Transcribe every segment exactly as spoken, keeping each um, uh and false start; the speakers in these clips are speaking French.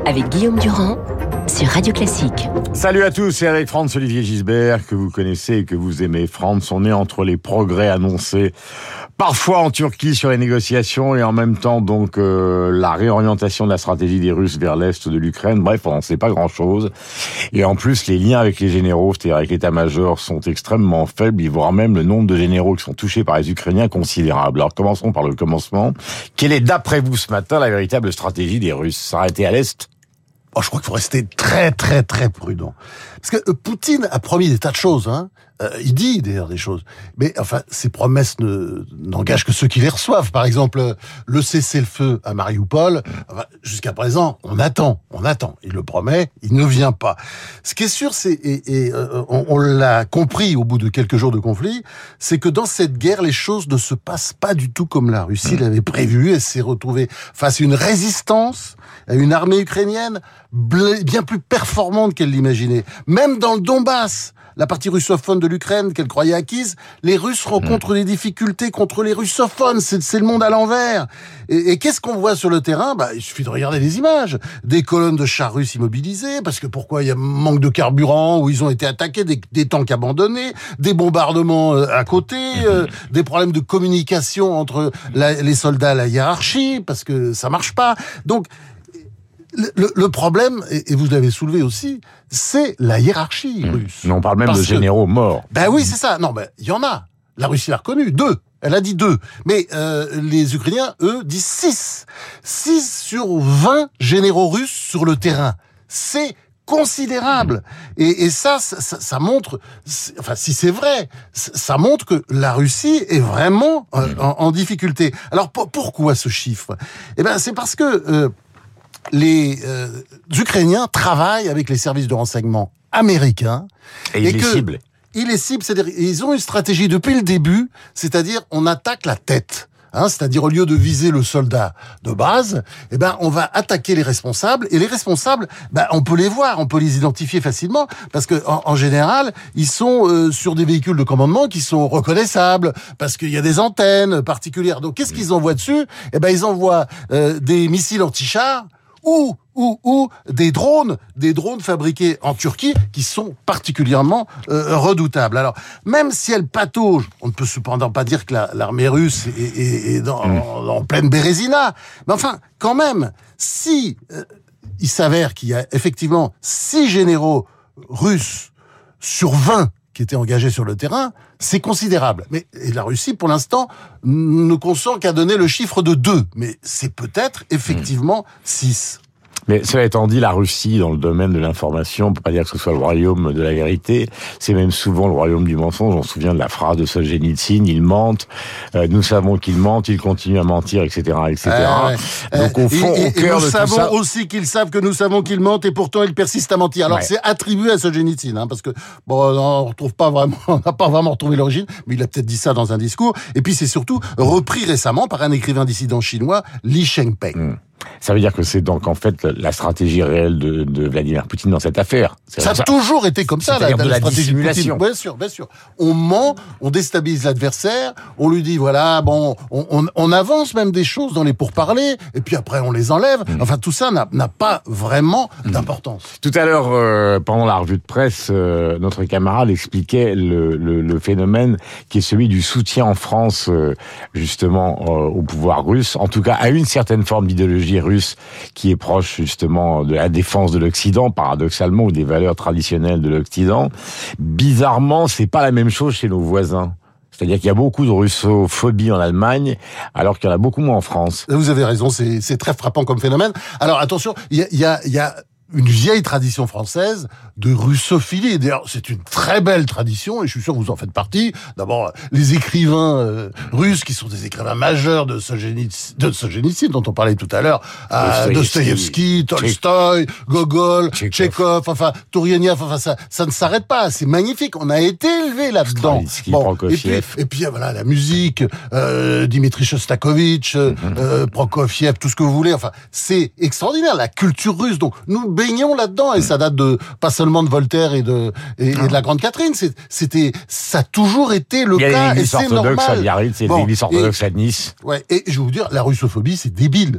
avec Guillaume Durand sur Radio Classique. Salut à tous, c'est avec Franz Olivier Gisbert, que vous connaissez et que vous aimez. Franz, on est entre les progrès annoncés, parfois en Turquie sur les négociations, et en même temps donc euh, la réorientation de la stratégie des Russes vers l'est de l'Ukraine. Bref, on ne sait pas grand-chose. Et en plus, les liens avec les généraux, c'est-à-dire avec l'état-major, sont extrêmement faibles, voire même le nombre de généraux qui sont touchés par les Ukrainiens considérable. Alors commençons par le commencement. Quelle est, d'après vous ce matin, la véritable stratégie des Russes? S'arrêter à l'est? Oh, je crois qu'il faut rester très, très, très prudent. Parce que Poutine a promis des tas de choses, hein. Euh, il dit d'ailleurs des choses. Mais enfin, ces promesses ne, n'engagent que ceux qui les reçoivent. Par exemple, le cessez-le-feu à Mariupol, enfin, jusqu'à présent, on attend, on attend. Il le promet, il ne vient pas. Ce qui est sûr, c'est, et, et euh, on, on l'a compris au bout de quelques jours de conflit, c'est que dans cette guerre, les choses ne se passent pas du tout comme la Russie l'avait prévu. Elle s'est retrouvée face à une résistance, à une armée ukrainienne bien plus performante qu'elle l'imaginait. Même dans le Donbass, la partie russophone de l'Ukraine qu'elle croyait acquise, les Russes rencontrent des difficultés contre les russophones. C'est, c'est le monde à l'envers. Et, et qu'est-ce qu'on voit sur le terrain? Bah, il suffit de regarder les images. Des colonnes de chars russes immobilisés, parce que pourquoi? Il y a manque de carburant, où ils ont été attaqués, des, des tanks abandonnés, des bombardements euh, à côté, euh, des problèmes de communication entre la, les soldats, la hiérarchie, parce que ça marche pas. Donc, Le, le problème, et vous l'avez soulevé aussi, c'est la hiérarchie mmh. russe. On parle même Parce de généraux que, morts. Ben oui, c'est ça. Non, ben il y en a. La Russie l'a reconnu, deux. Elle a dit deux. Mais euh, les Ukrainiens, eux, disent six. Six sur vingt généraux russes sur le terrain. C'est considérable. Et, et ça, ça, ça montre, enfin, si c'est vrai, ça montre que la Russie est vraiment euh, en, en difficulté. Alors, p- pourquoi ce chiffre? Eh ben, c'est parce que euh, les euh, Ukrainiens travaillent avec les services de renseignement américains. Et, et ils les ciblent. Ils les ciblent, c'est-à-dire ils ont une stratégie depuis le début, c'est-à-dire on attaque la tête. Hein, c'est-à-dire au lieu de viser le soldat de base, eh ben on va attaquer les responsables, et les responsables, ben on peut les voir, on peut les identifier facilement, parce que en, en général ils sont euh, sur des véhicules de commandement qui sont reconnaissables, parce qu'il y a des antennes particulières. Donc qu'est-ce qu'ils envoient dessus? Eh ben ils envoient euh, des missiles anti-chars ou ou ou des drones, des drones fabriqués en Turquie qui sont particulièrement euh, redoutables. Alors, même si elle patauge, on ne peut cependant pas dire que la, l'armée russe est, est, est dans, mmh. en, en pleine Bérésina. Mais enfin, quand même, si euh, il s'avère qu'il y a effectivement six généraux russes sur vingt qui étaient engagés sur le terrain, c'est considérable. Mais et la Russie, pour l'instant, ne consent qu'à donner le chiffre de deux. Mais c'est peut-être effectivement six. Mais cela étant dit, la Russie, dans le domaine de l'information, on peut pas dire que ce soit le royaume de la vérité, c'est même souvent le royaume du mensonge. On se souvient de la phrase de Solzhenitsyn, ils mentent, euh, nous savons qu'ils mentent, ils continuent à mentir, et cetera, et cetera. Euh, ouais. Donc au fond, et, et, au cœur de tout ça... nous savons aussi qu'ils savent que nous savons qu'ils mentent, et pourtant ils persistent à mentir. Alors ouais. c'est attribué à Solzhenitsyn, hein, parce que bon, on retrouve pas vraiment, on n'a pas vraiment retrouvé l'origine, mais il a peut-être dit ça dans un discours. Et puis c'est surtout repris récemment par un écrivain dissident chinois, Li Shengpeng. Mmh. Ça veut dire que c'est donc en fait la stratégie réelle de, de Vladimir Poutine dans cette affaire. C'est ça a ça. toujours été comme ça, la, la, la stratégie de Poutine. Bien sûr, bien sûr. On ment, on déstabilise l'adversaire, on lui dit voilà, bon, on, on, on avance même des choses dans les pourparlers, et puis après on les enlève. Mmh. Enfin, tout ça n'a, n'a pas vraiment mmh. d'importance. Tout à l'heure, euh, pendant la revue de presse, euh, notre camarade expliquait le, le, le phénomène qui est celui du soutien en France, euh, justement, euh, au pouvoir russe, en tout cas à une certaine forme d'idéologie russe qui est proche justement de la défense de l'Occident, paradoxalement, ou des valeurs traditionnelles de l'Occident. Bizarrement, c'est pas la même chose chez nos voisins. C'est-à-dire qu'il y a beaucoup de russophobie en Allemagne, alors qu'il y en a beaucoup moins en France. Vous avez raison, c'est, c'est très frappant comme phénomène. Alors attention, il y a, il y a, il y a une vieille tradition française de russophilie. D'ailleurs, c'est une très belle tradition, et je suis sûr que vous en faites partie. D'abord, les écrivains euh, russes, qui sont des écrivains majeurs de Solzhenitsyn, de Solzhenitsyn dont on parlait tout à l'heure, euh, Dostoïevski, Tolstoï, Gogol, Tchekhov, enfin, Tourguenieff, enfin, ça, ça ne s'arrête pas. C'est magnifique. On a été élevé là-dedans. Bon, et puis, et puis, voilà, la musique, euh, Dimitri Shostakovich, mm-hmm. euh, Prokofiev, tout ce que vous voulez. Enfin, c'est extraordinaire, la culture russe. Donc, nous baignons là-dedans, et ça date de pas seulement de Voltaire et de et, et de la Grande Catherine. C'est, c'était, ça a toujours été le cas, et c'est normal. À Biarritz, c'est bon, l'église orthodoxe à Nice. Ouais, et je vais vous dire, la russophobie, c'est débile.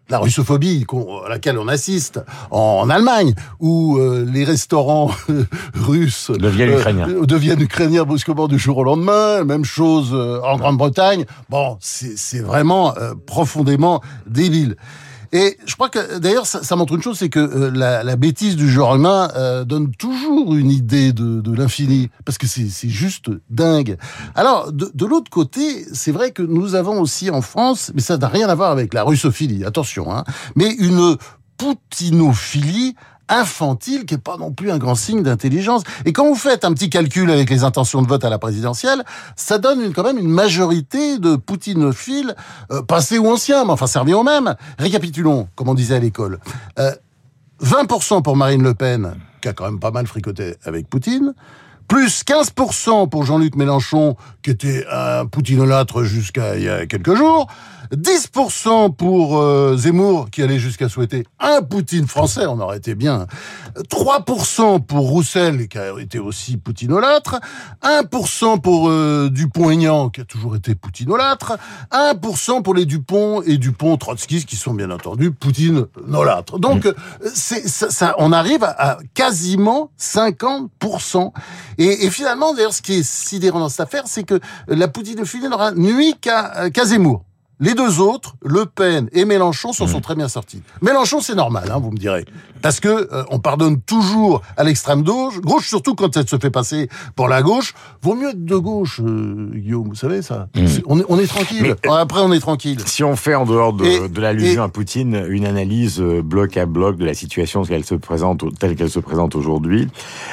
la russophobie à laquelle on assiste en, en Allemagne, où euh, les restaurants russes deviennent euh, ukrainiens, deviennent ukrainiens brusquement du jour au lendemain. Même chose euh, en Grande-Bretagne. Bon, c'est, c'est vraiment euh, profondément débile. Et je crois que, d'ailleurs, ça, ça montre une chose, c'est que euh, la, la bêtise du genre humain euh, donne toujours une idée de, de l'infini, parce que c'est, c'est juste dingue. Alors, de, de l'autre côté, c'est vrai que nous avons aussi en France, mais ça n'a rien à voir avec la russophilie, attention, hein, mais une poutinophilie infantile, qui est pas non plus un grand signe d'intelligence. Et quand vous faites un petit calcul avec les intentions de vote à la présidentielle, ça donne une, quand même une majorité de poutinophiles, euh, passés ou anciens, mais enfin servis au même. Récapitulons, comme on disait à l'école. Euh, vingt pour cent pour Marine Le Pen, qui a quand même pas mal fricoté avec Poutine, plus quinze pour cent pour Jean-Luc Mélenchon, qui était un poutinolâtre jusqu'à il y a quelques jours, dix pour cent pour euh, Zemmour, qui allait jusqu'à souhaiter un Poutine français, on aurait été bien, trois pour cent pour Roussel, qui a été aussi poutinolâtre, un pour cent pour euh, Dupont-Aignan, qui a toujours été poutinolâtre, un pour cent pour les Dupont et Dupont-Trotsky, qui sont bien entendu poutinolâtres. Donc, mmh. c'est, ça, ça, on arrive à, à quasiment cinquante pour cent. Et, et finalement, d'ailleurs, ce qui est sidérant dans cette affaire, c'est que la poutinophilie n'aura nuit qu'à, qu'à Zemmour. Les deux autres, Le Pen et Mélenchon, s'en mmh. sont très bien sortis. Mélenchon, c'est normal, hein, vous me direz. Parce que euh, on pardonne toujours à l'extrême gauche, gauche surtout quand elle se fait passer pour la gauche. Vaut mieux être de gauche, euh, Guillaume, vous savez ça. Mmh. On, est, on est tranquille. Mais, après, on est tranquille. Si on fait, en dehors de, et, de l'allusion et, à Poutine, une analyse euh, bloc à bloc de la situation telle qu'elle se présente, telle qu'elle se présente aujourd'hui,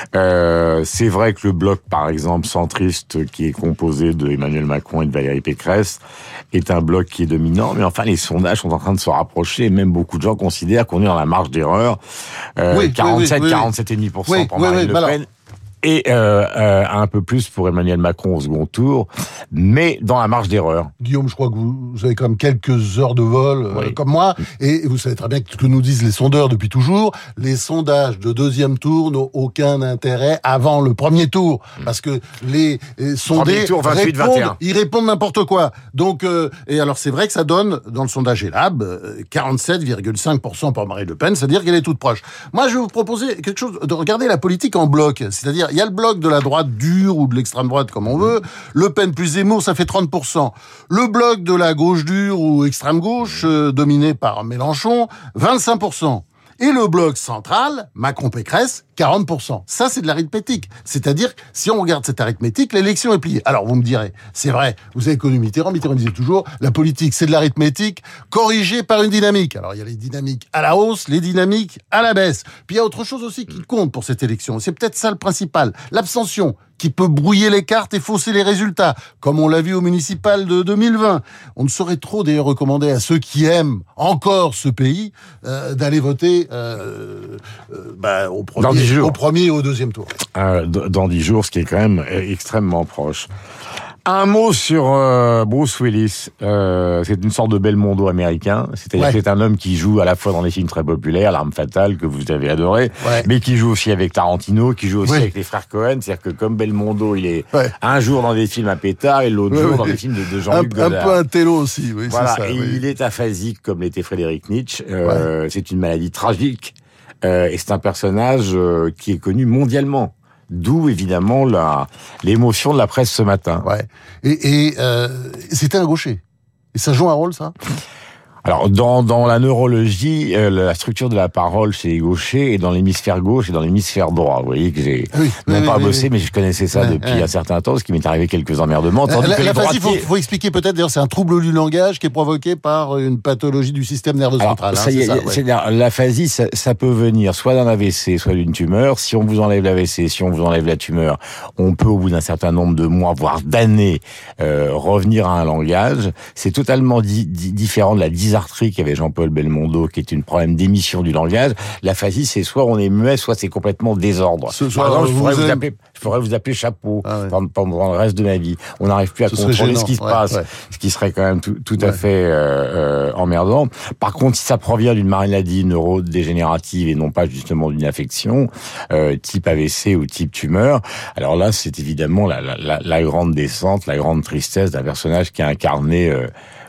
euh, c'est vrai que le bloc, par exemple, centriste, qui est composé de Emmanuel Macron et de Valérie Pécresse, est un bloc qui est dominant, mais enfin les sondages sont en train de se rapprocher, et même beaucoup de gens considèrent qu'on est dans la marge d'erreur. Euh, oui, quarante-sept, oui, oui, quarante-sept virgule cinq pour cent oui, pour oui, Marine oui, Le bah Pen. alors. Et euh, euh, un peu plus pour Emmanuel Macron au second tour, mais dans la marge d'erreur. Guillaume, je crois que vous, vous avez quand même quelques heures de vol, oui. euh, comme moi, et vous savez très bien que ce que nous disent les sondeurs depuis toujours, les sondages de deuxième tour n'ont aucun intérêt avant le premier tour, parce que les, les sondés tour, vingt-huit, répondent, vingt et un. ils répondent n'importe quoi. Donc, euh, et alors c'est vrai que ça donne, dans le sondage Elab, euh, quarante-sept virgule cinq pour cent pour Marine Le Pen, c'est-à-dire qu'elle est toute proche. Moi, je vais vous proposer quelque chose, de regarder la politique en bloc, c'est-à-dire il y a le bloc de la droite dure ou de l'extrême droite, comme on veut. Le Pen plus Zemmour, ça fait trente pour cent. Le bloc de la gauche dure ou extrême gauche, euh, dominé par Mélenchon, vingt-cinq pour cent. Et le bloc central, Macron-Pécresse, quarante pour cent. Ça, c'est de l'arithmétique. C'est-à-dire, si on regarde cette arithmétique, l'élection est pliée. Alors, vous me direz, c'est vrai, vous avez connu Mitterrand, Mitterrand disait toujours, la politique, c'est de l'arithmétique corrigée par une dynamique. Alors, il y a les dynamiques à la hausse, les dynamiques à la baisse. Puis, il y a autre chose aussi qui compte pour cette élection. C'est peut-être ça le principal. L'abstention, qui peut brouiller les cartes et fausser les résultats, comme on l'a vu au municipal de deux mille vingt. On ne saurait trop d'ailleurs recommander à ceux qui aiment encore ce pays euh, d'aller voter euh, euh, bah, au premier, au premier et au deuxième tour. Euh, dans dix jours, ce qui est quand même extrêmement proche. Un mot sur euh, Bruce Willis. Euh, c'est une sorte de Belmondo américain. C'est-à-dire ouais. que c'est un homme qui joue à la fois dans des films très populaires, L'Arme Fatale, que vous avez adoré, ouais. mais qui joue aussi avec Tarantino, qui joue aussi oui. avec les frères Cohen. C'est-à-dire que comme Belmondo, il est ouais. un jour dans des films à pétard et l'autre ouais, jour ouais. dans des films de, de Jean-Luc un, Godard. Un peu un télo aussi, oui, voilà. c'est ça. Et oui. il est aphasique comme l'était Frédéric Nietzsche. Euh, ouais. C'est une maladie tragique. Euh, et c'est un personnage euh, qui est connu mondialement. D'où, évidemment, la, l'émotion de la presse ce matin. Ouais. Et, et euh, c'était un gaucher. Et ça joue un rôle, ça ? Alors, dans, dans la neurologie, euh, la structure de la parole chez les gauchers est dans l'hémisphère gauche et dans l'hémisphère droit. Vous voyez que j'ai oui, non oui, pas oui, bossé, oui. mais je connaissais ça oui, depuis oui. un certain temps, ce qui m'est arrivé quelques emmerdements. Tandis la, que la les droitiers... droitiers... faut, faut expliquer peut-être, d'ailleurs, c'est un trouble du langage qui est provoqué par une pathologie du système nerveux Alors, central. Ça hein, y est, c'est ça, c'est ouais. L'aphasie, ça, ça peut venir soit d'un A V C, soit d'une tumeur. Si on vous enlève l'A V C, si on vous enlève la tumeur, on peut, au bout d'un certain nombre de mois, voire d'années, euh, revenir à un langage. C'est totalement di- di- différent de la dysarthrie qu'avait Jean-Paul Belmondo, qui est une problème d'émission du langage. L'aphasie, c'est soit on est muet, soit c'est complètement désordre. Ce Par exemple, je pourrais vous, vous appeler, je pourrais vous appeler chapeau ah ouais. pendant, pendant le reste de ma vie. On n'arrive plus à ce contrôler ce qui se ouais, passe, ouais. ce qui serait quand même tout, tout ouais. à fait euh, euh, emmerdant. Par contre, si ça provient d'une maladie neurodégénérative et non pas justement d'une affection, euh, type A V C ou type tumeur, alors là, c'est évidemment la, la, la, la grande descente, la grande tristesse d'un personnage qui a incarné euh,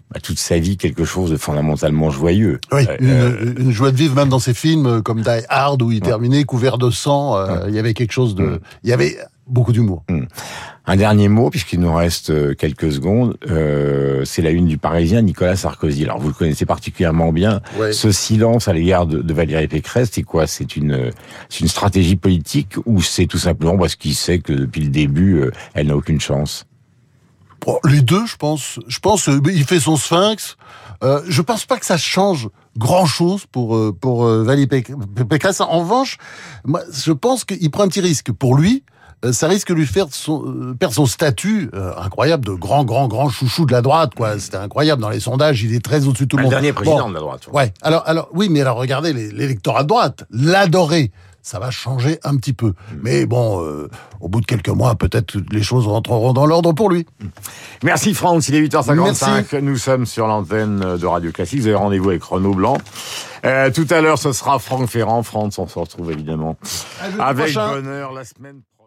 bah, toute sa vie quelque chose de fondamentalement joyeux. Oui, euh, une, une joie de vivre, même dans ses films comme Die Hard, où il ouais. terminait couvert de sang, euh, il y avait quelque chose de... Mm. Il y avait beaucoup d'humour. Mm. Un dernier mot, puisqu'il nous reste quelques secondes, euh, c'est la une du Parisien, Nicolas Sarkozy. Alors vous le connaissez particulièrement bien. Ouais. Ce silence à l'égard de, de Valérie Pécresse, c'est quoi? C'est une, c'est une stratégie politique ou c'est tout simplement parce qu'il sait que depuis le début, euh, elle n'a aucune chance? Bon, les deux, je pense. Je pense, euh, il fait son sphinx. Euh, je pense pas que ça change grand-chose pour euh, pour euh, Valérie Pécresse. En revanche, moi, je pense qu'il prend un petit risque. Pour lui, euh, ça risque de lui faire son, euh, perdre son statut euh, incroyable de grand, grand, grand chouchou de la droite, quoi. C'était incroyable. Dans les sondages, il est très au-dessus de tout le Le monde. dernier président Bon, de la droite. ouais. Alors, alors, oui, mais alors, regardez, les- l'électorat de droite, l'adorer. Ça va changer un petit peu. Mais bon, euh, au bout de quelques mois, peut-être que les choses rentreront dans l'ordre pour lui. Merci Franck, il est huit heures cinquante-cinq. Merci. Nous sommes sur l'antenne de Radio Classique. Vous avez rendez-vous avec Renaud Blanc. Euh, tout à l'heure, ce sera Franck Ferrand. France, on se retrouve évidemment À jeudi avec prochain. bonheur la semaine prochaine.